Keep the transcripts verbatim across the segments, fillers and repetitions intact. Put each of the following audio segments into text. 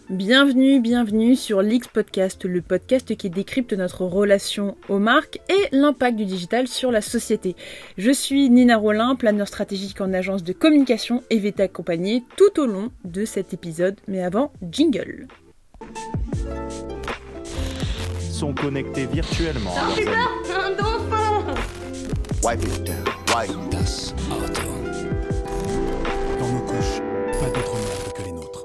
Bienvenue, bienvenue sur l'X Podcast, le podcast qui décrypte notre relation aux marques et l'impact du digital sur la société. Je suis Nina Rollin, planeur stratégique en agence de communication et vais t'accompagner tout au long de cet épisode. Mais avant, jingle. Sont connectés virtuellement. Ça fait peur, un dauphin. Wipe it down, wipe Das Auto. Dans nos couches, pas d'autre merde que les nôtres.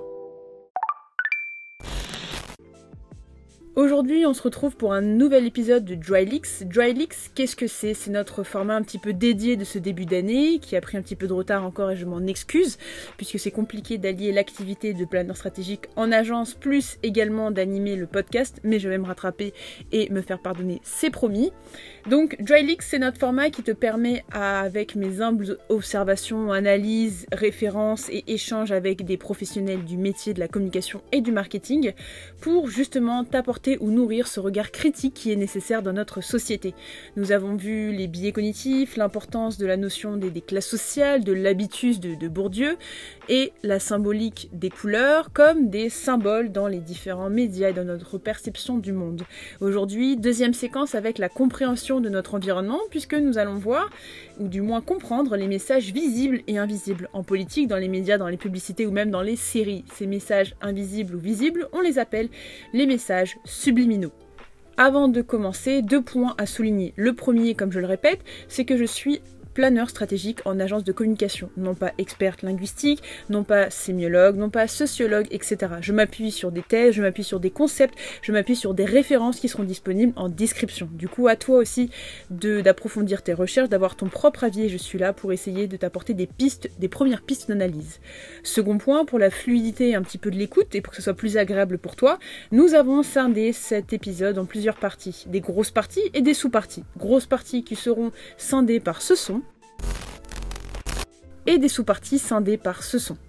Aujourd'hui, on se retrouve pour un nouvel épisode de DryLeaks. DryLeaks, qu'est-ce que c'est ? C'est notre format un petit peu dédié de ce début d'année, qui a pris un petit peu de retard encore et je m'en excuse, puisque c'est compliqué d'allier l'activité de planeur stratégique en agence, plus également d'animer le podcast, mais je vais me rattraper et me faire pardonner, c'est promis. Donc DryLeaks, c'est notre format qui te permet, avec mes humbles observations, analyses, références et échanges avec des professionnels du métier de la communication et du marketing, pour justement t'apporter ou nourrir ce regard critique qui est nécessaire dans notre société. Nous avons vu les biais cognitifs, l'importance de la notion des, des classes sociales, de l'habitus de, de Bourdieu et la symbolique des couleurs comme des symboles dans les différents médias et dans notre perception du monde. Aujourd'hui, deuxième séquence avec la compréhension de notre environnement, puisque nous allons voir, ou du moins comprendre, les messages visibles et invisibles en politique, dans les médias, dans les publicités ou même dans les séries. Ces messages invisibles ou visibles, on les appelle les messages subliminaux. Avant de commencer, deux points à souligner. Le premier, comme je le répète, c'est que je suis planeur stratégique en agence de communication, non pas experte linguistique, non pas sémiologue, non pas sociologue, et cetera. Je m'appuie sur des thèses, je m'appuie sur des concepts, je m'appuie sur des références qui seront disponibles en description. Du coup, à toi aussi de, d'approfondir tes recherches, d'avoir ton propre avis, et je suis là pour essayer de t'apporter des pistes, des premières pistes d'analyse. Second point, pour la fluidité un petit peu de l'écoute et pour que ce soit plus agréable pour toi, nous avons scindé cet épisode en plusieurs parties, des grosses parties et des sous-parties. Grosses parties qui seront scindées par ce son, et des sous-parties scindées par ce son.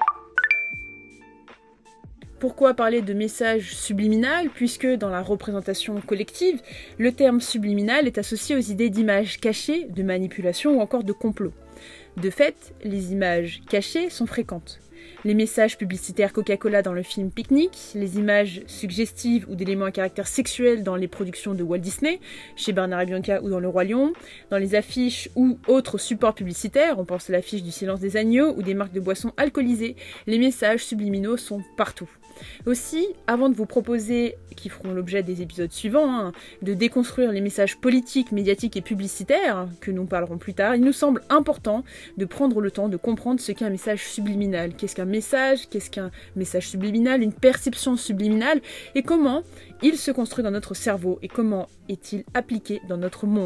Pourquoi parler de message subliminal ? Puisque dans la représentation collective, le terme subliminal est associé aux idées d'images cachées, de manipulation ou encore de complot. De fait, les images cachées sont fréquentes. Les messages publicitaires Coca-Cola dans le film Picnic, les images suggestives ou d'éléments à caractère sexuel dans les productions de Walt Disney, chez Bernard et Bianca ou dans Le Roi Lion, dans les affiches ou autres supports publicitaires, on pense à l'affiche du Silence des agneaux ou des marques de boissons alcoolisées, les messages subliminaux sont partout. Aussi, avant de vous proposer, qui feront l'objet des épisodes suivants, hein, de déconstruire les messages politiques, médiatiques et publicitaires, que nous parlerons plus tard, il nous semble important de prendre le temps de comprendre ce qu'est un message subliminal. Qu'est-ce qu'un message ? Qu'est-ce qu'un message subliminal ? Une perception subliminale ? Et comment il se construit dans notre cerveau ? Et comment est-il appliqué dans notre monde ?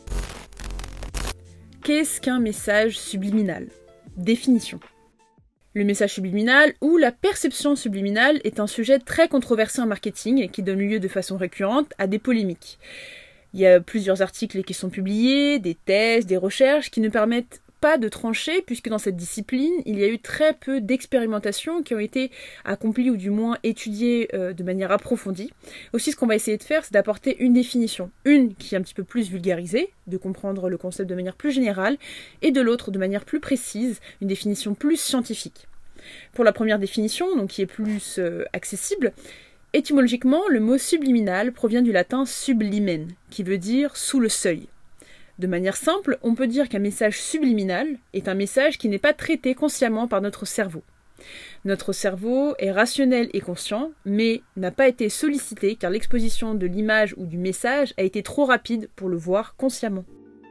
Qu'est-ce qu'un message subliminal ? Définition. Le message subliminal ou la perception subliminale est un sujet très controversé en marketing et qui donne lieu de façon récurrente à des polémiques. Il y a plusieurs articles qui sont publiés, des thèses, des recherches qui ne permettent pas de trancher, puisque dans cette discipline, il y a eu très peu d'expérimentations qui ont été accomplies ou du moins étudiées euh, de manière approfondie. Aussi, ce qu'on va essayer de faire, c'est d'apporter une définition. Une qui est un petit peu plus vulgarisée, de comprendre le concept de manière plus générale, et de l'autre de manière plus précise, une définition plus scientifique. Pour la première définition, donc qui est plus euh, accessible, étymologiquement, le mot subliminal provient du latin sublimen, qui veut dire sous le seuil. De manière simple, on peut dire qu'un message subliminal est un message qui n'est pas traité consciemment par notre cerveau. Notre cerveau est rationnel et conscient, mais n'a pas été sollicité car l'exposition de l'image ou du message a été trop rapide pour le voir consciemment.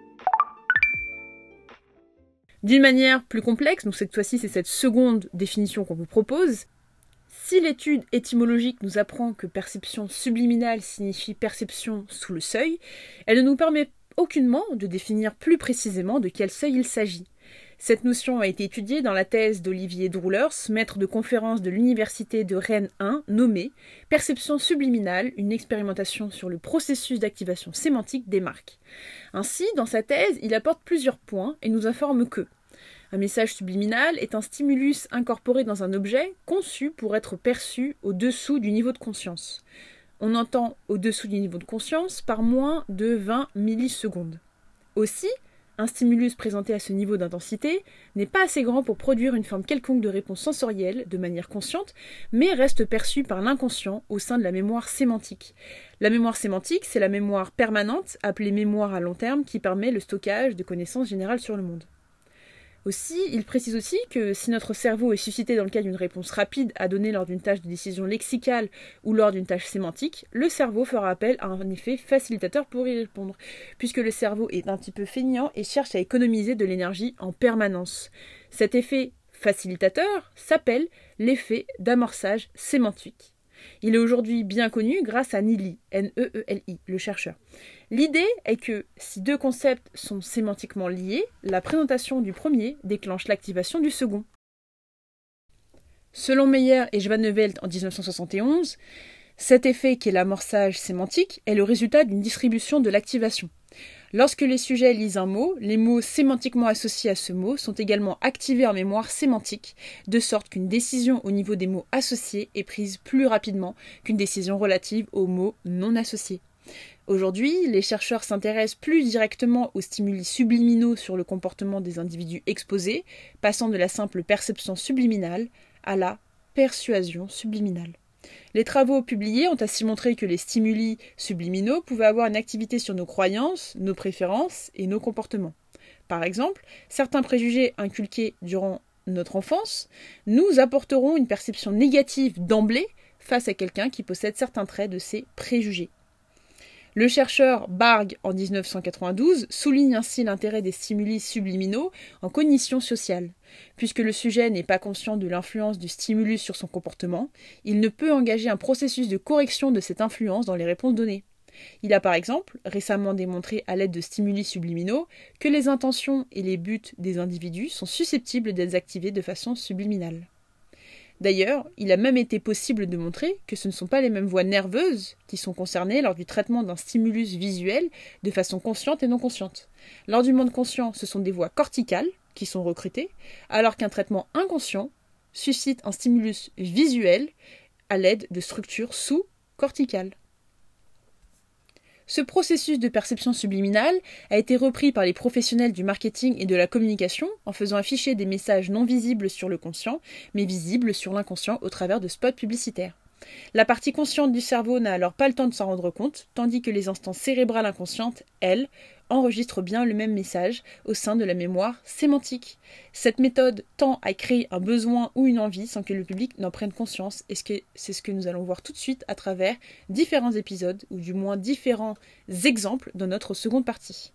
D'une manière plus complexe, donc cette fois-ci c'est cette seconde définition qu'on vous propose, si l'étude étymologique nous apprend que perception subliminale signifie perception sous le seuil, elle ne nous permet aucunement de définir plus précisément de quel seuil il s'agit. Cette notion a été étudiée dans la thèse d'Olivier Droulers, maître de conférence de l'Université de Rennes un, nommée « Perception subliminale, une expérimentation sur le processus d'activation sémantique des marques ». Ainsi, dans sa thèse, il apporte plusieurs points et nous informe que un message subliminal est un stimulus incorporé dans un objet conçu pour être perçu au-dessous du niveau de conscience. On entend au-dessous du niveau de conscience par moins de vingt millisecondes. Aussi, Un stimulus présenté à ce niveau d'intensité n'est pas assez grand pour produire une forme quelconque de réponse sensorielle de manière consciente, mais reste perçu par l'inconscient au sein de la mémoire sémantique. La mémoire sémantique, c'est la mémoire permanente, appelée mémoire à long terme, qui permet le stockage de connaissances générales sur le monde. Aussi, il précise aussi que si notre cerveau est suscité dans le cas d'une réponse rapide à donner lors d'une tâche de décision lexicale ou lors d'une tâche sémantique, le cerveau fera appel à un effet facilitateur pour y répondre, puisque le cerveau est un petit peu feignant et cherche à économiser de l'énergie en permanence. Cet effet facilitateur s'appelle l'effet d'amorçage sémantique. Il est aujourd'hui bien connu grâce à Neely, N E E L I, le chercheur. L'idée est que si deux concepts sont sémantiquement liés, la présentation du premier déclenche l'activation du second. Selon Meyer et Schwanevelt en dix-neuf cent soixante et onze, cet effet qui est l'amorçage sémantique est le résultat d'une distribution de l'activation. Lorsque les sujets lisent un mot, les mots sémantiquement associés à ce mot sont également activés en mémoire sémantique, de sorte qu'une décision au niveau des mots associés est prise plus rapidement qu'une décision relative aux mots non associés. Aujourd'hui, les chercheurs s'intéressent plus directement aux stimuli subliminaux sur le comportement des individus exposés, passant de la simple perception subliminale à la persuasion subliminale. Les travaux publiés ont ainsi montré que les stimuli subliminaux pouvaient avoir une activité sur nos croyances, nos préférences et nos comportements. Par exemple, certains préjugés inculqués durant notre enfance nous apporteront une perception négative d'emblée face à quelqu'un qui possède certains traits de ces préjugés. Le chercheur Barg, en dix-neuf cent quatre-vingt-douze, souligne ainsi l'intérêt des stimuli subliminaux en cognition sociale. Puisque le sujet n'est pas conscient de l'influence du stimulus sur son comportement, il ne peut engager un processus de correction de cette influence dans les réponses données. Il a par exemple récemment démontré à l'aide de stimuli subliminaux que les intentions et les buts des individus sont susceptibles d'être activés de façon subliminale. D'ailleurs, il a même été possible de montrer que ce ne sont pas les mêmes voies nerveuses qui sont concernées lors du traitement d'un stimulus visuel de façon consciente et non consciente. Lors du monde conscient, ce sont des voies corticales qui sont recrutées, alors qu'un traitement inconscient suscite un stimulus visuel à l'aide de structures sous-corticales. Ce processus de perception subliminale a été repris par les professionnels du marketing et de la communication en faisant afficher des messages non visibles sur le conscient, mais visibles sur l'inconscient au travers de spots publicitaires. La partie consciente du cerveau n'a alors pas le temps de s'en rendre compte, tandis que les instances cérébrales inconscientes, elles, enregistrent bien le même message au sein de la mémoire sémantique. Cette méthode tend à créer un besoin ou une envie sans que le public n'en prenne conscience, et c'est ce que nous allons voir tout de suite à travers différents épisodes, ou du moins différents exemples dans notre seconde partie.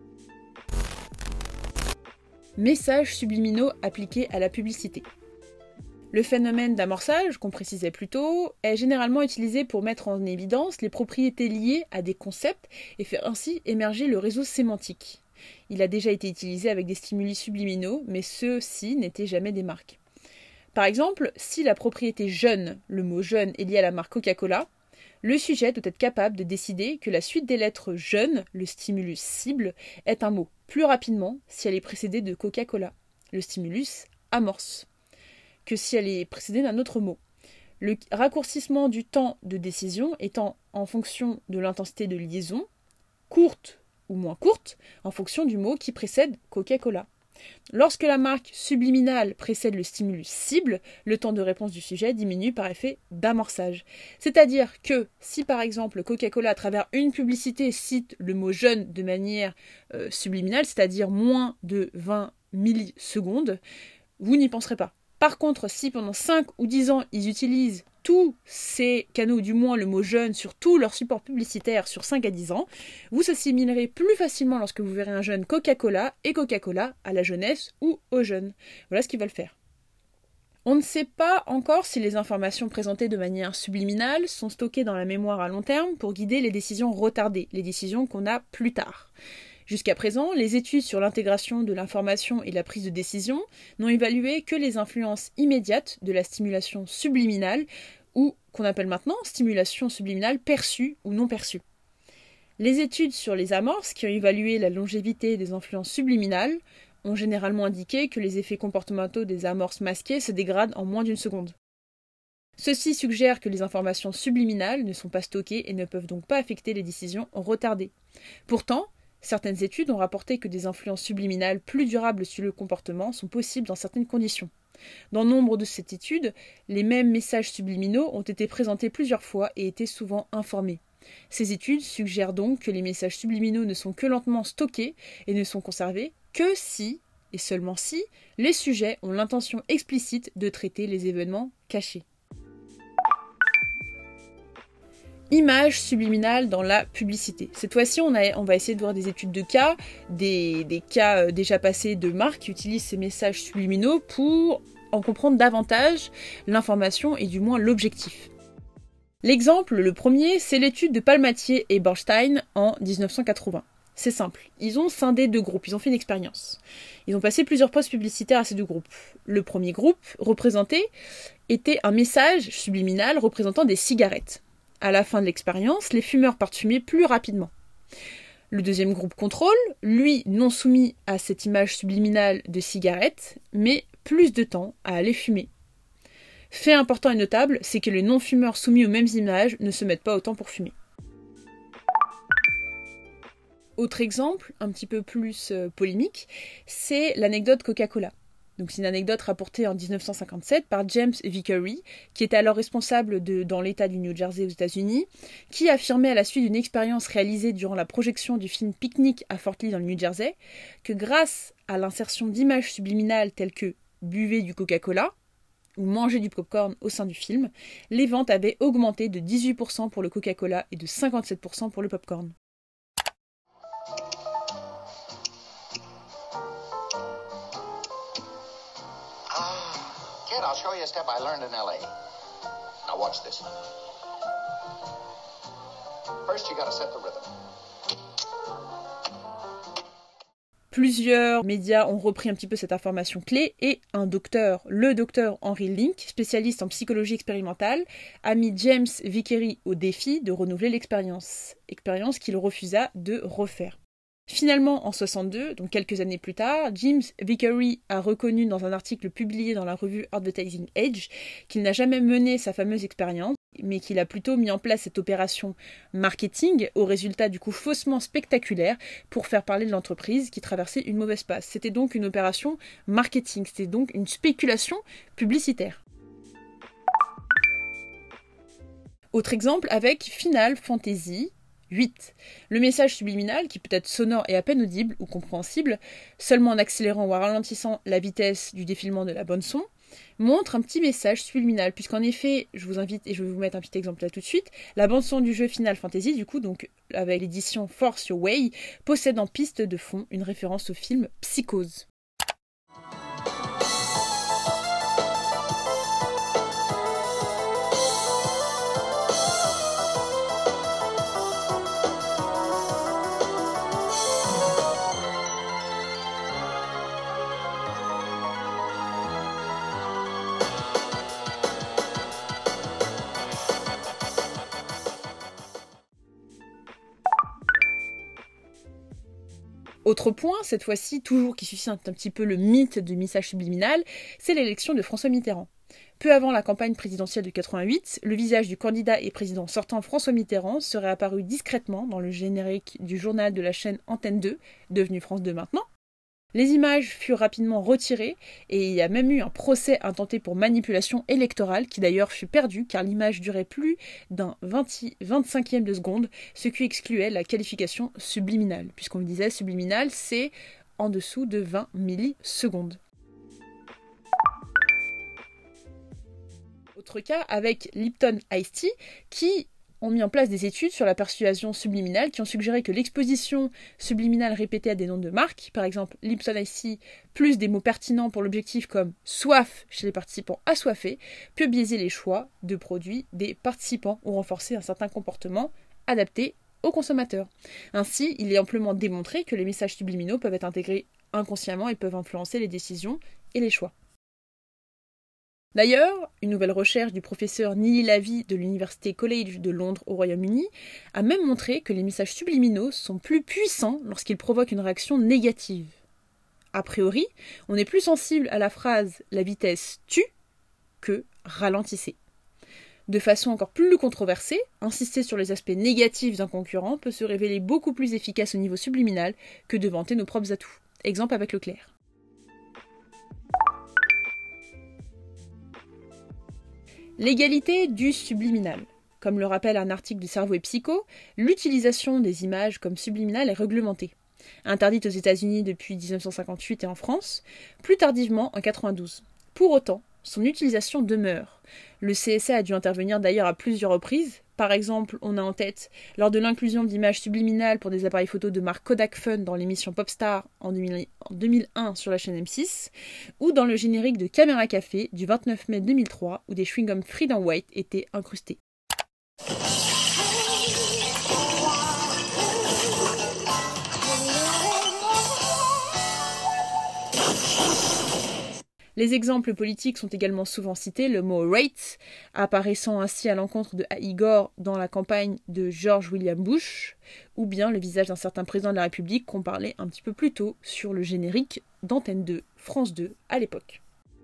Messages subliminaux appliqués à la publicité. Le phénomène d'amorçage, qu'on précisait plus tôt, est généralement utilisé pour mettre en évidence les propriétés liées à des concepts et faire ainsi émerger le réseau sémantique. Il a déjà été utilisé avec des stimuli subliminaux, mais ceux-ci n'étaient jamais des marques. Par exemple, si la propriété jeune, le mot jeune est lié à la marque Coca-Cola, le sujet doit être capable de décider que la suite des lettres jeune, le stimulus cible, est un mot plus rapidement si elle est précédée de Coca-Cola, le stimulus amorce, que si elle est précédée d'un autre mot. Le raccourcissement du temps de décision étant en fonction de l'intensité de liaison, courte ou moins courte, en fonction du mot qui précède Coca-Cola. Lorsque la marque subliminale précède le stimulus cible, le temps de réponse du sujet diminue par effet d'amorçage. C'est-à-dire que si par exemple Coca-Cola à travers une publicité cite le mot jeune de manière euh, subliminale, c'est-à-dire moins de vingt millisecondes, vous n'y penserez pas. Par contre, si pendant cinq ou dix ans, ils utilisent tous ces canaux, ou du moins le mot jeune, sur tous leurs supports publicitaires sur cinq à dix ans, vous assimilerez plus facilement lorsque vous verrez un jeune Coca-Cola et Coca-Cola à la jeunesse ou aux jeunes. Voilà ce qu'ils veulent faire. On ne sait pas encore si les informations présentées de manière subliminale sont stockées dans la mémoire à long terme pour guider les décisions retardées, les décisions qu'on a plus tard. Jusqu'à présent, les études sur l'intégration de l'information et la prise de décision n'ont évalué que les influences immédiates de la stimulation subliminale, ou qu'on appelle maintenant stimulation subliminale perçue ou non perçue. Les études sur les amorces, qui ont évalué la longévité des influences subliminales, ont généralement indiqué que les effets comportementaux des amorces masquées se dégradent en moins d'une seconde. Ceci suggère que les informations subliminales ne sont pas stockées et ne peuvent donc pas affecter les décisions retardées. Pourtant, Certaines études ont rapporté que des influences subliminales plus durables sur le comportement sont possibles dans certaines conditions. Dans nombre de ces études, les mêmes messages subliminaux ont été présentés plusieurs fois et étaient souvent informés. Ces études suggèrent donc que les messages subliminaux ne sont que lentement stockés et ne sont conservés que si, et seulement si, les sujets ont l'intention explicite de traiter les événements cachés. Images subliminales dans la publicité. Cette fois-ci, on, a, on va essayer de voir des études de cas, des, des cas déjà passés de marques qui utilisent ces messages subliminaux pour en comprendre davantage l'information et du moins l'objectif. L'exemple, le premier, c'est l'étude de Palmatier et Bornstein en dix-neuf cent quatre-vingts. C'est simple, ils ont scindé deux groupes, ils ont fait une expérience. Ils ont passé plusieurs postes publicitaires à ces deux groupes. Le premier groupe, représenté, était un message subliminal représentant des cigarettes. À la fin de l'expérience, les fumeurs partent fumer plus rapidement. Le deuxième groupe contrôle, lui non soumis à cette image subliminale de cigarette, mais plus de temps à aller fumer. Fait important et notable, c'est que les non-fumeurs soumis aux mêmes images ne se mettent pas autant pour fumer. Autre exemple, un petit peu plus euh, polémique, c'est l'anecdote Coca-Cola. Donc c'est une anecdote rapportée en dix-neuf cent cinquante-sept par James Vickery, qui était alors responsable de, dans l'État du New Jersey aux États-Unis, qui affirmait à la suite d'une expérience réalisée durant la projection du film Picnic à Fort Lee dans le New Jersey, que grâce à l'insertion d'images subliminales telles que « buvez du Coca-Cola » ou « mangez du popcorn » au sein du film, les ventes avaient augmenté de dix-huit pour cent pour le Coca-Cola et de cinquante-sept pour cent pour le popcorn. Kid, I'll show you a step I learned in L A. Now watch this. First, you gotta set the rhythm. Plusieurs médias ont repris un petit peu cette information clé et un docteur, le docteur Henry Link, spécialiste en psychologie expérimentale, a mis James Vickery au défi de renouveler l'expérience, expérience qu'il refusa de refaire. Finalement, en soixante-deux, donc quelques années plus tard, James Vickery a reconnu dans un article publié dans la revue Advertising Age qu'il n'a jamais mené sa fameuse expérience, mais qu'il a plutôt mis en place cette opération marketing au résultat du coup faussement spectaculaire pour faire parler de l'entreprise qui traversait une mauvaise passe. C'était donc une opération marketing, c'était donc une spéculation publicitaire. Autre exemple avec Final Fantasy huit. Le message subliminal, qui peut être sonore et à peine audible ou compréhensible, seulement en accélérant ou en ralentissant la vitesse du défilement de la bande son, montre un petit message subliminal, puisqu'en effet, je vous invite, et je vais vous mettre un petit exemple là tout de suite, la bande son du jeu Final Fantasy, du coup, donc avec l'édition Force Your Way, possède en piste de fond une référence au film Psychose. Autre point, cette fois-ci, toujours qui suscite un petit peu le mythe du message subliminal, c'est l'élection de François Mitterrand. Peu avant la campagne présidentielle de quatre-vingt-huit, le visage du candidat et président sortant François Mitterrand serait apparu discrètement dans le générique du journal de la chaîne Antenne deux, devenue France deux maintenant. Les images furent rapidement retirées et il y a même eu un procès intenté pour manipulation électorale qui d'ailleurs fut perdu car l'image durait plus d'un vingt-cinquième de seconde, ce qui excluait la qualification subliminale. Puisqu'on me disait subliminal, c'est en dessous de vingt millisecondes. Autre cas avec Lipton Iced Tea qui ont mis en place des études sur la persuasion subliminale qui ont suggéré que l'exposition subliminale répétée à des noms de marques, par exemple Lipton Iced Tea, plus des mots pertinents pour l'objectif comme soif chez les participants assoiffés, peut biaiser les choix de produits des participants ou renforcer un certain comportement adapté aux consommateurs. Ainsi, il est amplement démontré que les messages subliminaux peuvent être intégrés inconsciemment et peuvent influencer les décisions et les choix. D'ailleurs, une nouvelle recherche du professeur Neil Lavie de l'Université College de Londres au Royaume-Uni a même montré que les messages subliminaux sont plus puissants lorsqu'ils provoquent une réaction négative. A priori, on est plus sensible à la phrase « la vitesse tue » que « ralentissez ». De façon encore plus controversée, insister sur les aspects négatifs d'un concurrent peut se révéler beaucoup plus efficace au niveau subliminal que de vanter nos propres atouts. Exemple avec Leclerc. L'égalité du subliminal. Comme le rappelle un article de Cerveau et Psycho, l'utilisation des images comme subliminales est réglementée. Interdite aux États-Unis depuis dix-neuf cent cinquante-huit et en France, plus tardivement en quatre-vingt-douze. Pour autant, son utilisation demeure. Le C S A a dû intervenir d'ailleurs à plusieurs reprises. Par exemple, on a en tête lors de l'inclusion d'images subliminales pour des appareils photo de marque Kodak Fun dans l'émission Popstar en deux mille un sur la chaîne M six, ou dans le générique de Caméra Café du vingt-neuf mai deux mille trois où des chewing-gums Fried en White étaient incrustés. Les exemples politiques sont également souvent cités, le mot « rate » apparaissant ainsi à l'encontre de Al Gore dans la campagne de George William Bush, ou bien le visage d'un certain président de la République qu'on parlait un petit peu plus tôt sur le générique d'Antenne deux, France deux à l'époque.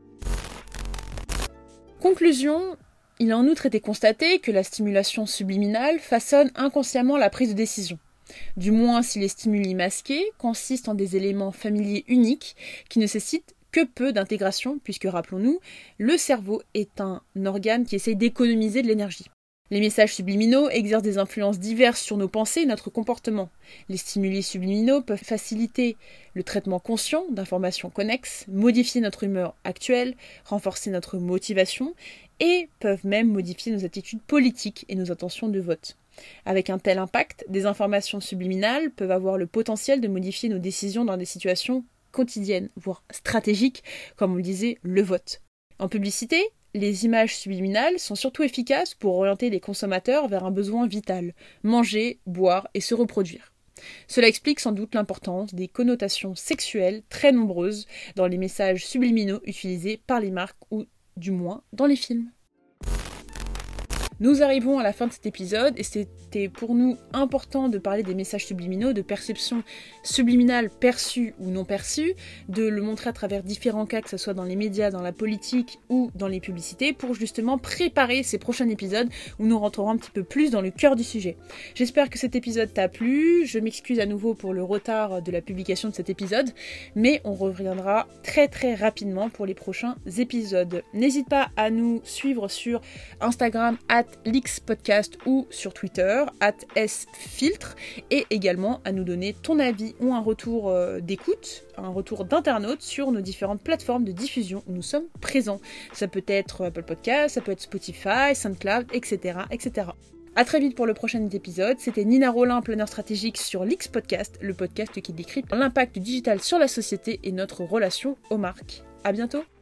Conclusion, il a en outre été constaté que la stimulation subliminale façonne inconsciemment la prise de décision. Du moins si les stimuli masqués consistent en des éléments familiers uniques qui nécessitent que peu d'intégration, puisque rappelons-nous, le cerveau est un organe qui essaye d'économiser de l'énergie. Les messages subliminaux exercent des influences diverses sur nos pensées et notre comportement. Les stimuli subliminaux peuvent faciliter le traitement conscient d'informations connexes, modifier notre humeur actuelle, renforcer notre motivation et peuvent même modifier nos attitudes politiques et nos intentions de vote. Avec un tel impact, des informations subliminales peuvent avoir le potentiel de modifier nos décisions dans des situations quotidienne, voire stratégique, comme on le disait, le vote. En publicité, les images subliminales sont surtout efficaces pour orienter les consommateurs vers un besoin vital, manger, boire et se reproduire. Cela explique sans doute l'importance des connotations sexuelles très nombreuses dans les messages subliminaux utilisés par les marques ou du moins dans les films. Nous arrivons à la fin de cet épisode et c'était pour nous important de parler des messages subliminaux, de perception subliminale perçue ou non perçue, de le montrer à travers différents cas, que ce soit dans les médias, dans la politique ou dans les publicités, pour justement préparer ces prochains épisodes où nous rentrerons un petit peu plus dans le cœur du sujet. J'espère que cet épisode t'a plu, je m'excuse à nouveau pour le retard de la publication de cet épisode, mais on reviendra très très rapidement pour les prochains épisodes. N'hésite pas à nous suivre sur Instagram arobase lixpodcast ou sur Twitter arobase sfiltre et également à nous donner ton avis ou un retour euh, d'écoute, un retour d'internaute sur nos différentes plateformes de diffusion où nous sommes présents. Ça peut être Apple Podcast, ça peut être Spotify, SoundCloud, et cetera, et cetera. A très vite pour le prochain épisode. C'était Nina Rollin, planeur stratégique sur Lix Podcast, le podcast qui décrypte l'impact du digital sur la société et notre relation aux marques. À bientôt.